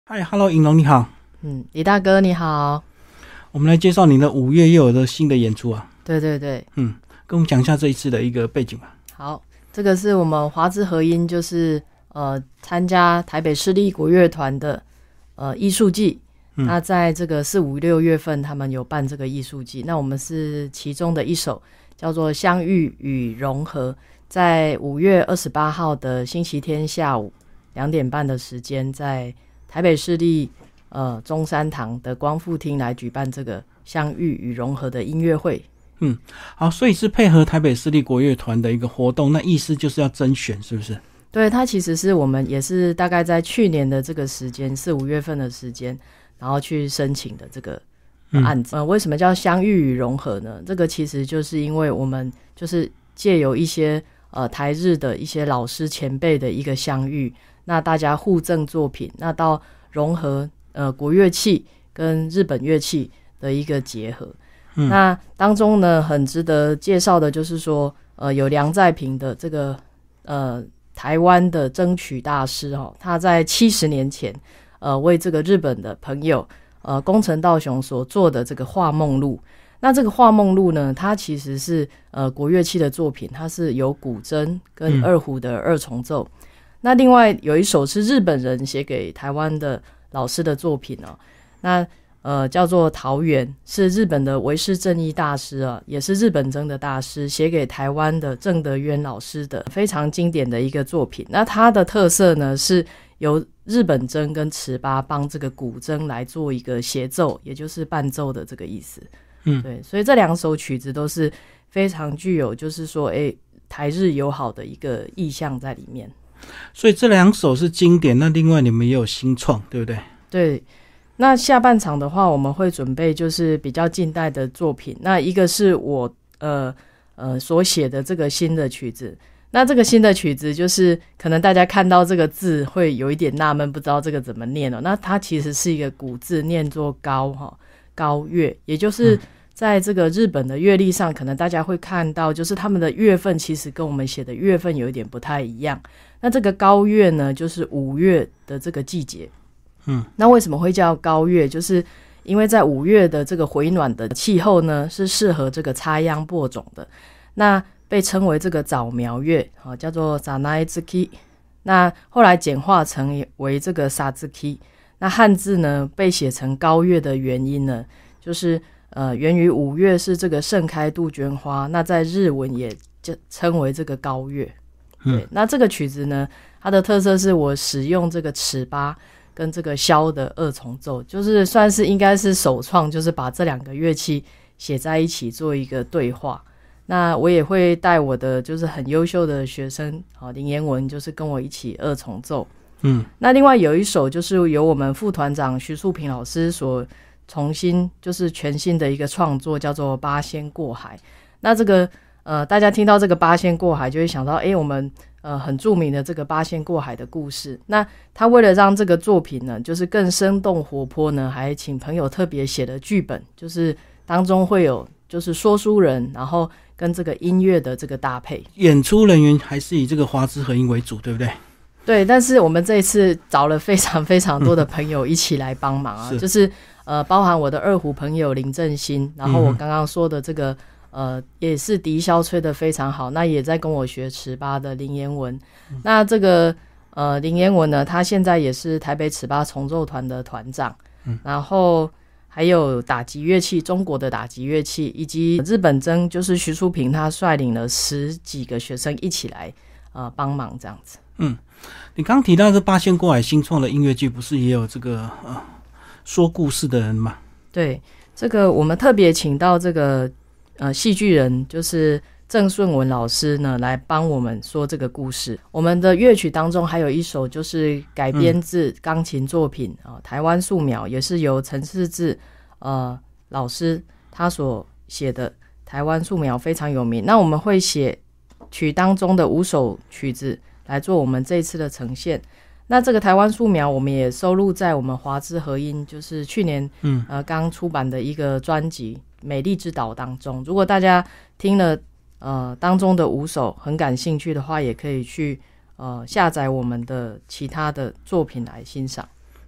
嗨，Hello，尹龙你好。 李大哥你好。 我们来介绍你的5月又有的新的演出啊。 对对对， 跟我们讲一下这一次的一个背景吧。 好，这个是我们华之合音，就是参加台北市立国乐团的艺术季。那在这个4、5、6月份，他们有办这个艺术季。那我们是其中的一首，叫做《相遇与融合》，在5月28号的星期天下午2点半的时间，在台北市立中山堂的光复厅来举办这个相遇与融合的音乐会。 好，所以是配合台北市立国乐团的一个活动，那意思就是要甄选，是不是？ 对，它其实是我们也是大概在去年的这个时间，4、5月份的时间，然后去申请的这个案子。为什么叫相遇与融合呢？这个其实就是因为我们就是借由一些台日的一些老师前辈的一个相遇，那大家互赠作品，那到融合国乐器跟日本乐器的一个结合。那当中呢，很值得介绍的就是说，有梁再平的这个台湾的争取大师他在70年前为这个日本的朋友宫城道雄所做的这个画梦录。那这个画梦录呢，它其实是国乐器的作品，它是有古筝跟二胡的二重奏。那另外有一首是日本人写给台湾的老师的作品那叫做桃园，是日本的维师正义大师也是日本筝的大师写给台湾的郑德渊老师的非常经典的一个作品。那它的特色呢，是由日本筝跟尺八帮这个古筝来做一个协奏，也就是伴奏的这个意思。对，所以这2首曲子都是非常具有就是说台日友好的一个意象在里面。 所以这2首是经典，那另外你们也有新创，对不对？ 对，那下半场的话，我们会准备就是比较近代的作品。那一个是我所写的这个新的曲子。那这个新的曲子就是可能大家看到这个字会有一点纳闷，不知道这个怎么念那它其实是一个古字，念作高高乐，也就是在这个日本的乐历上，可能大家会看到就是他们的月份其实跟我们写的月份有一点不太一样。那这个高月呢，就是5月的这个季节。那为什么会叫高月？就是因为在5月的这个回暖的气候呢，是适合这个插秧播种的。那被称为这个早苗月叫做 Zanaizaki。 那后来简化成为这个 Sazuki。 那汉字呢被写成高月的原因呢，就是源于5月是这个盛开杜鹃花，那在日文也称为这个高月。对，那这个曲子呢，它的特色是我使用这个尺八跟这个箫的二重奏，就是算是应该是首创，就是把这2个乐器写在一起做一个对话。那我也会带我的就是很优秀的学生林延文，就是跟我一起二重奏。那另外有一首就是由我们副团长徐树平老师所重新就是全新的一个创作，叫做八仙过海。那这个大家听到这个八仙过海就会想到我们很著名的这个八仙过海的故事。那他为了让这个作品呢就是更生动活泼呢，还请朋友特别写了剧本，就是当中会有就是说书人，然后跟这个音乐的这个搭配。 演出人员还是以这个华之合音为主，对不对？ 对，但是我们这一次找了非常非常多的朋友一起来帮忙就是包含我的二胡朋友林正兴，然后我刚刚说的这个也是笛箫吹得非常好，那也在跟我学尺八的林延文。那这个林延文呢，他现在也是台北尺八重奏团的团长。然后还有打击乐器，中国的打击乐器，以及日本筝，就是徐淑平他率领了10几个学生一起来帮忙这样子。 你刚提到这八仙过海新创的音乐剧，不是也有这个说故事的人吗？ 对，这个我们特别请到这个戏剧人，就是郑顺文老师呢来帮我们说这个故事。我们的乐曲当中还有一首就是改编自钢琴作品台湾素描，也是由陈世志老师他所写的台湾素描，非常有名。那我们会写曲当中的5首曲子来做我们这一次的呈现。那这个台湾素描我们也收录在我们华之合音，就是去年刚出版的一个专辑《美丽之岛》当中。如果大家听了当中的5首很感兴趣的话，也可以去下载我们的其他的作品来欣赏。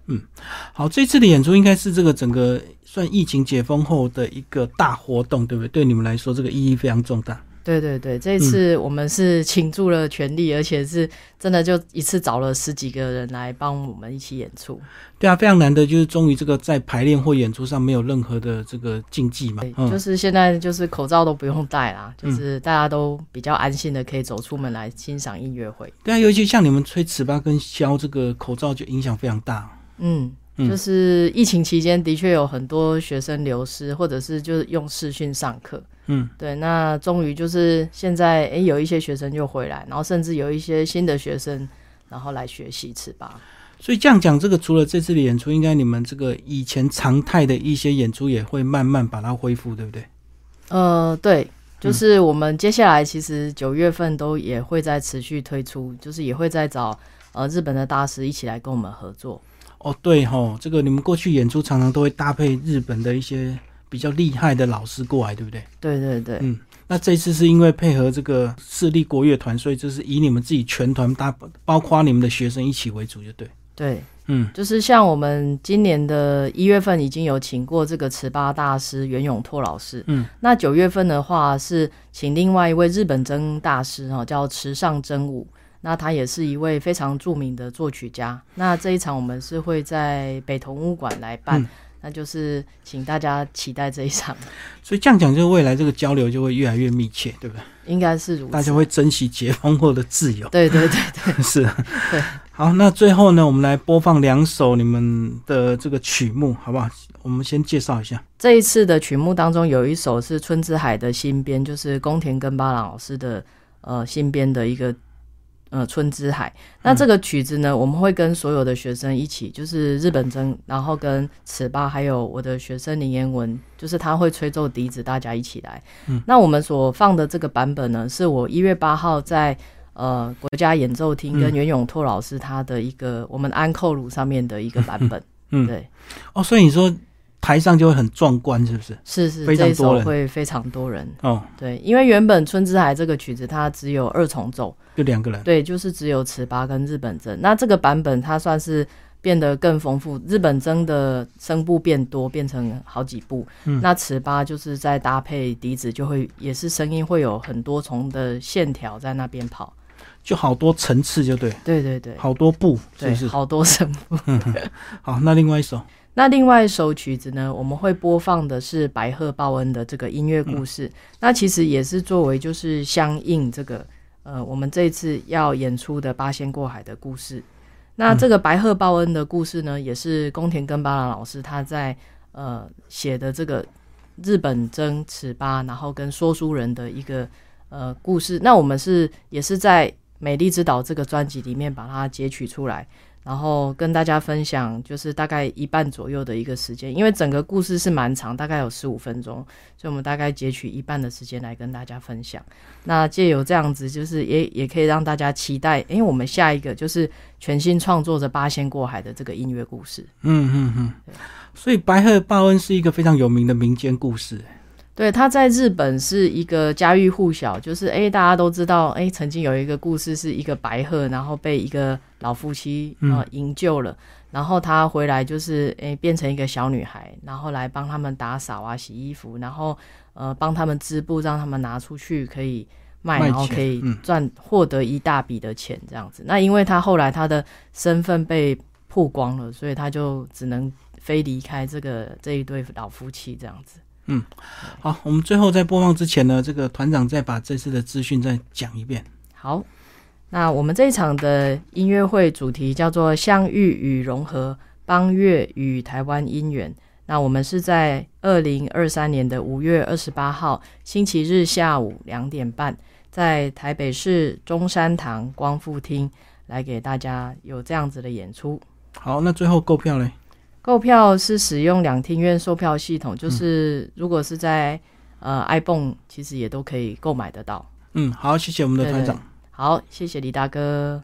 好，这次的演出应该是这个整个算疫情解封后的一个大活动，对不对？对你们来说，这个意义非常重大。 对对对，这一次我们是倾注了全力，而且是真的就一次找了10几个人来帮我们一起演出。 对啊，非常难得，就是终于这个在排练或演出上没有任何的这个禁忌嘛。 对，就是现在就是口罩都不用戴啦，就是大家都比较安心的可以走出门来欣赏音乐会。 对啊，尤其像你们吹尺八跟箫，这个口罩就影响非常大。 就是疫情期间的确有很多学生流失，或者是就是用视讯上课。对，那终于就是现在有一些学生就回来，然后甚至有一些新的学生然后来学习尺八。 所以这样讲，这个除了这次的演出，应该你们这个以前常态的一些演出也会慢慢把它恢复，对不对？ 对，就是我们接下来其实9月份都也会再持续推出，就是也会再找日本的大师一起来跟我们合作。 哦，对吼，这个你们过去演出常常都会搭配日本的一些比较厉害的老师过来，对不对？ 对对对， 那这次是因为配合这个市立国乐团，所以就是以你们自己全团包括你们的学生一起为主，就对。 对，就是像我们今年的1月份已经有请过这个尺八大师袁永拓老师，那9月份的话是请另外一位日本筝大师叫池上真武，那他也是一位非常著名的作曲家。那这一场我们是会在北投武馆来办，那就是请大家期待这一场。 所以这样讲，就未来这个交流就会越来越密切，对不对？ 应该是如此， 大家会珍惜解封后的自由。 对对对对， 是。 对。 好，那最后呢，我们来播放2首你们的这个曲目，好不好？我们先介绍一下。 这一次的曲目当中有一首是春之海的新编，就是宫田根八郎老师的新编的一个春之海。那这个曲子呢，我们会跟所有的学生一起，就是日本筝，然后跟尺八，还有我的学生林彦文，就是他会吹奏笛子，大家一起来。那我们所放的这个版本呢，是我1月8号在国家演奏厅跟袁永拓老师他的一个我们安扣鲁上面的一个版本。对。 哦，所以你说台上就会很壮观，是不是？ 是， 非常多人， 这一首会非常多人。 哦， 对，因为原本春之海这个曲子它只有2重奏， 就2个人。 对，就是只有尺八跟日本筝。那这个版本它算是变得更丰富，日本筝的声部变多，变成好几部。那尺八就是在搭配笛子，就会也是声音会有很多重的线条在那边跑， 就好多层次，就对。 对对对， 好多部，是不是？ 对，好多声部。 好，那另外一首。 那另外一首曲子呢，我们会播放的是白鹤报恩的这个音乐故事。那其实也是作为就是相应这个我们这一次要演出的八仙过海的故事。那这个白鹤报恩的故事呢，也是宫田根八郎老师他在写的这个日本筝尺八，然后跟说书人的一个故事。那我们也是在美丽之岛这个专辑里面把它截取出来，然后跟大家分享，就是大概1半左右的一个时间，因为整个故事是蛮长，大概有15分钟，所以我们大概截取1半的时间来跟大家分享。那借由这样子，就是也可以让大家期待，因为我们下一个就是全新创作着八仙过海的这个音乐故事。 所以白鹤报恩是一个非常有名的民间故事。 对，他在日本是一个家喻户晓，就是大家都知道，曾经有一个故事是一个白鹤，然后被一个老夫妻营救了，然后他回来就是变成一个小女孩，然后来帮他们打扫啊、洗衣服，然后帮他们织布，让他们拿出去可以卖，然后可以获得一大笔的钱这样子。那因为他后来他的身份被曝光了，所以他就只能飞离开这一对老夫妻这样子。 好，我们最后在播放之前呢，这个团长再把这次的资讯再讲一遍。 好，那我们这一场的音乐会主题叫做相遇与融合，邦乐与台湾姻缘。那我们是在2023年的5月28号星期日下午2点半，在台北市中山堂光复厅来给大家有这样子的演出。 好，那最后购票嘞？ 购票是使用2厅院售票系统，就是如果是在iPhone 其实也都可以购买得到。 好，谢谢我们的团长。 对对，好，谢谢李大哥。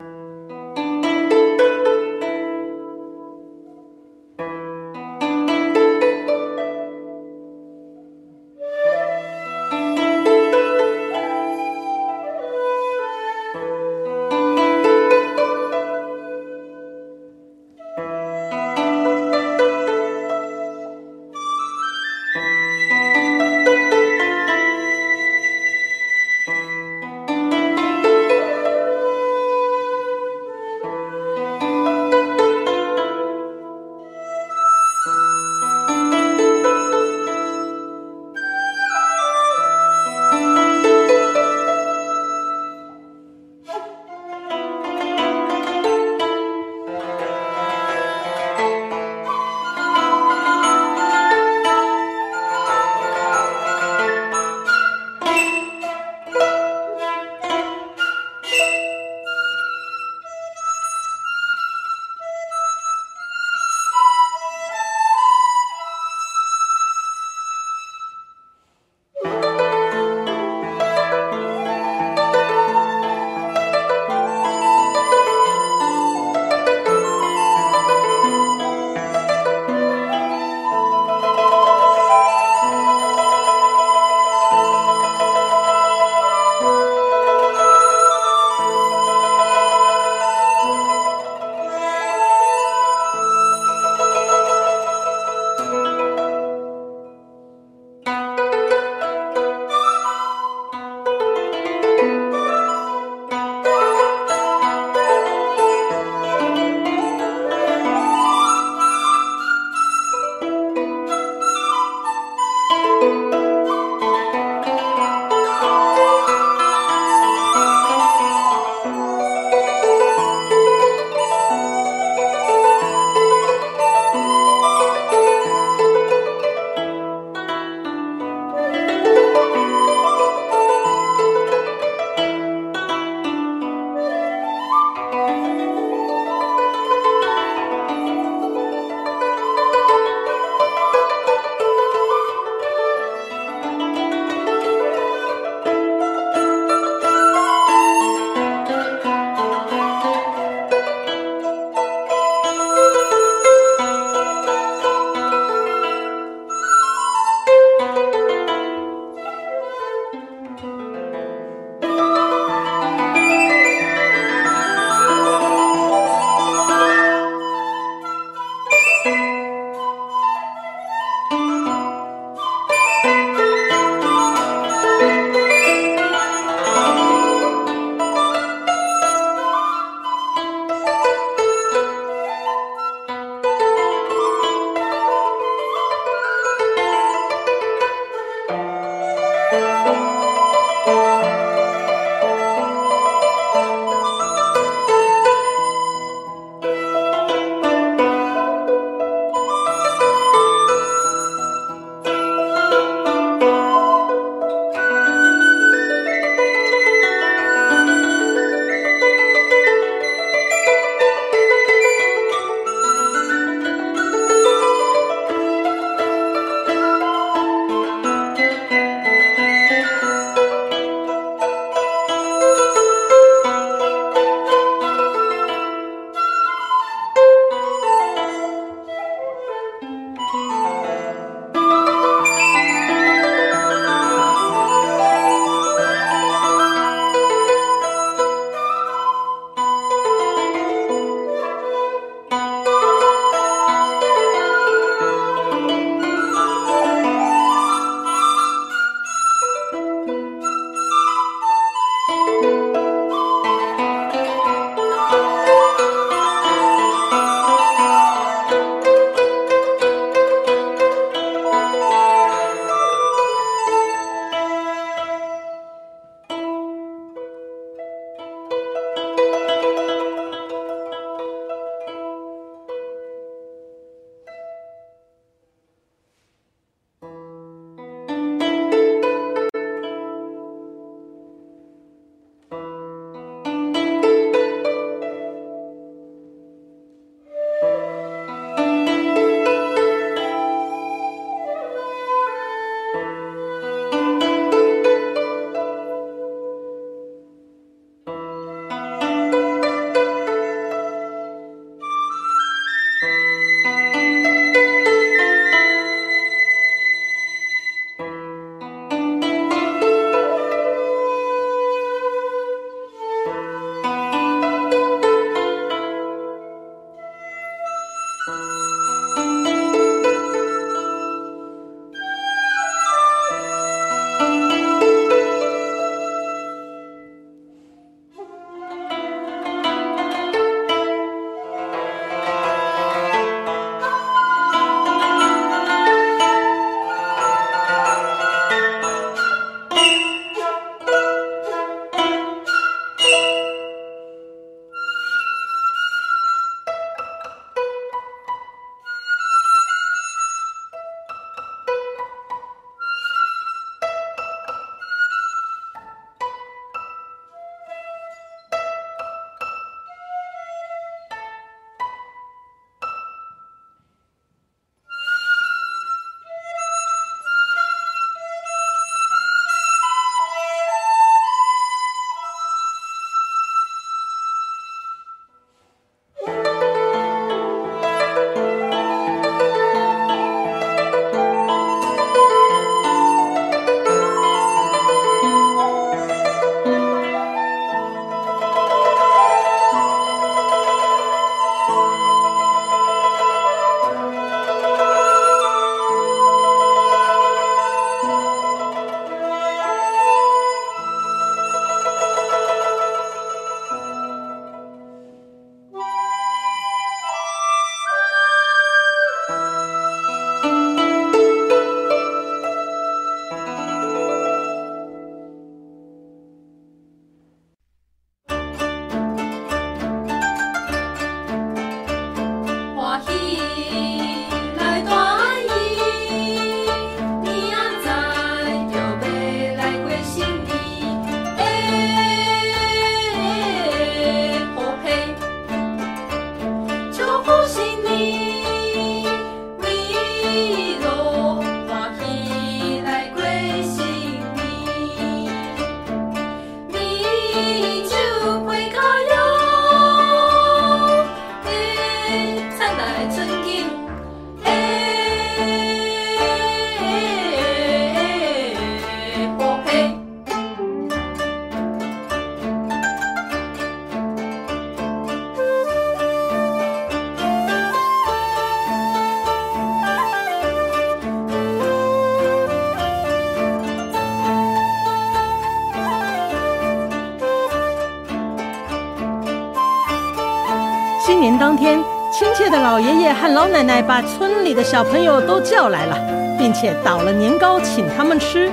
年当天，亲切的老爷爷和老奶奶把村里的小朋友都叫来了，并且捣了年糕请他们吃。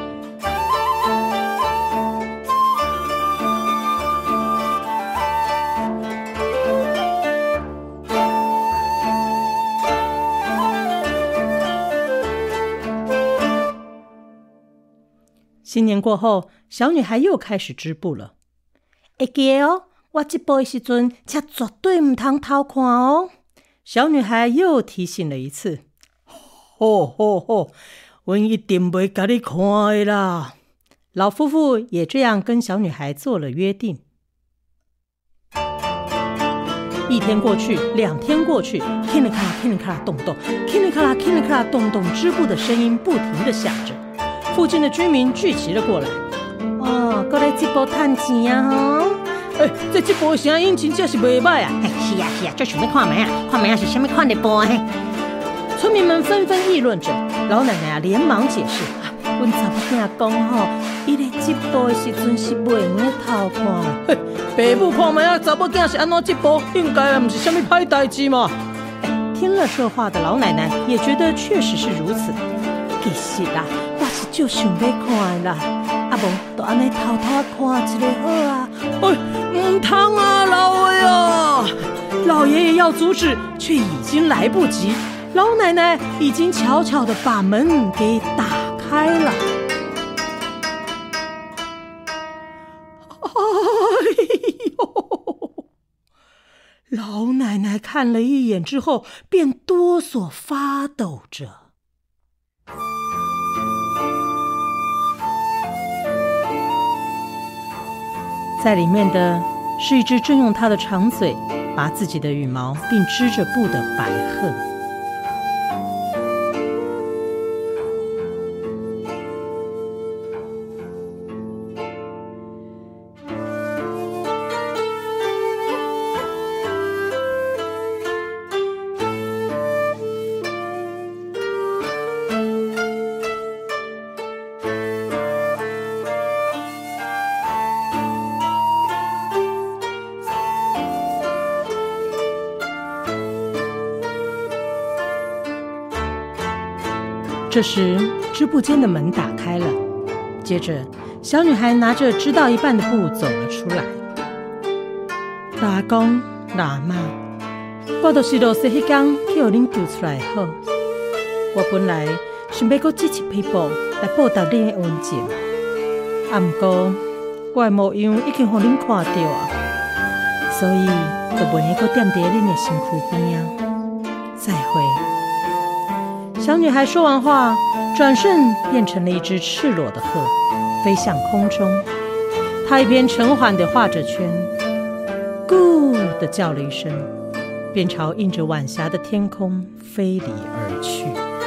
新年过后，小女孩又开始织布了。会记得哦，我织布的时阵，且绝对唔通偷看哦。小女孩又提醒了一次。吼吼吼，我一定袂甲你看的啦。老夫妇也这样跟小女孩做了约定。一天过去，2天过去，叮哩咔啦，叮哩咔啦，咚咚，叮哩咔啦，叮哩咔啦，咚咚，织布的声音不停地响着。附近的居民聚集了过来。哦，过来织布赚钱啊！哈，这织布的声音真正是袂歹啊！是啊是啊，就想要看卖啊，看卖啊是什么款的布啊？村民们纷纷议论着。老奶奶连忙解释：阮查某囝讲吼，伊咧织布的时阵是袂用偷看。爸母看卖啊，查某囝是安怎织布，应该唔是什么歹代志嘛。听了这话的老奶奶也觉得确实是如此。其实啦，我是就想要看啦，无就安尼偷偷看一个好啊！唔通啊，老爷啊！老爷爷要阻止，却已经来不及。老奶奶已经悄悄地把门给打开了。哎呦！老奶奶看了一眼之后，便哆嗦发抖着。在里面的是一只正用它的长嘴拔自己的羽毛并织着布的白鹤。这时，织布间的门打开了，接着，小女孩拿着织到一半的布走了出来。老公、老妈，我就是落雪迄天去互恁救出来好。我本来想要搁织一批布来报答恁的恩情，不过我的模样已经互恁看到啊，所以就袂用搁踮伫恁的身躯边啊。再会。小女孩说完话，转瞬变成了一只赤裸的鹤，飞向空中。她一边沉缓地画着圈，咕地叫了一声，便朝映着晚霞的天空飞离而去。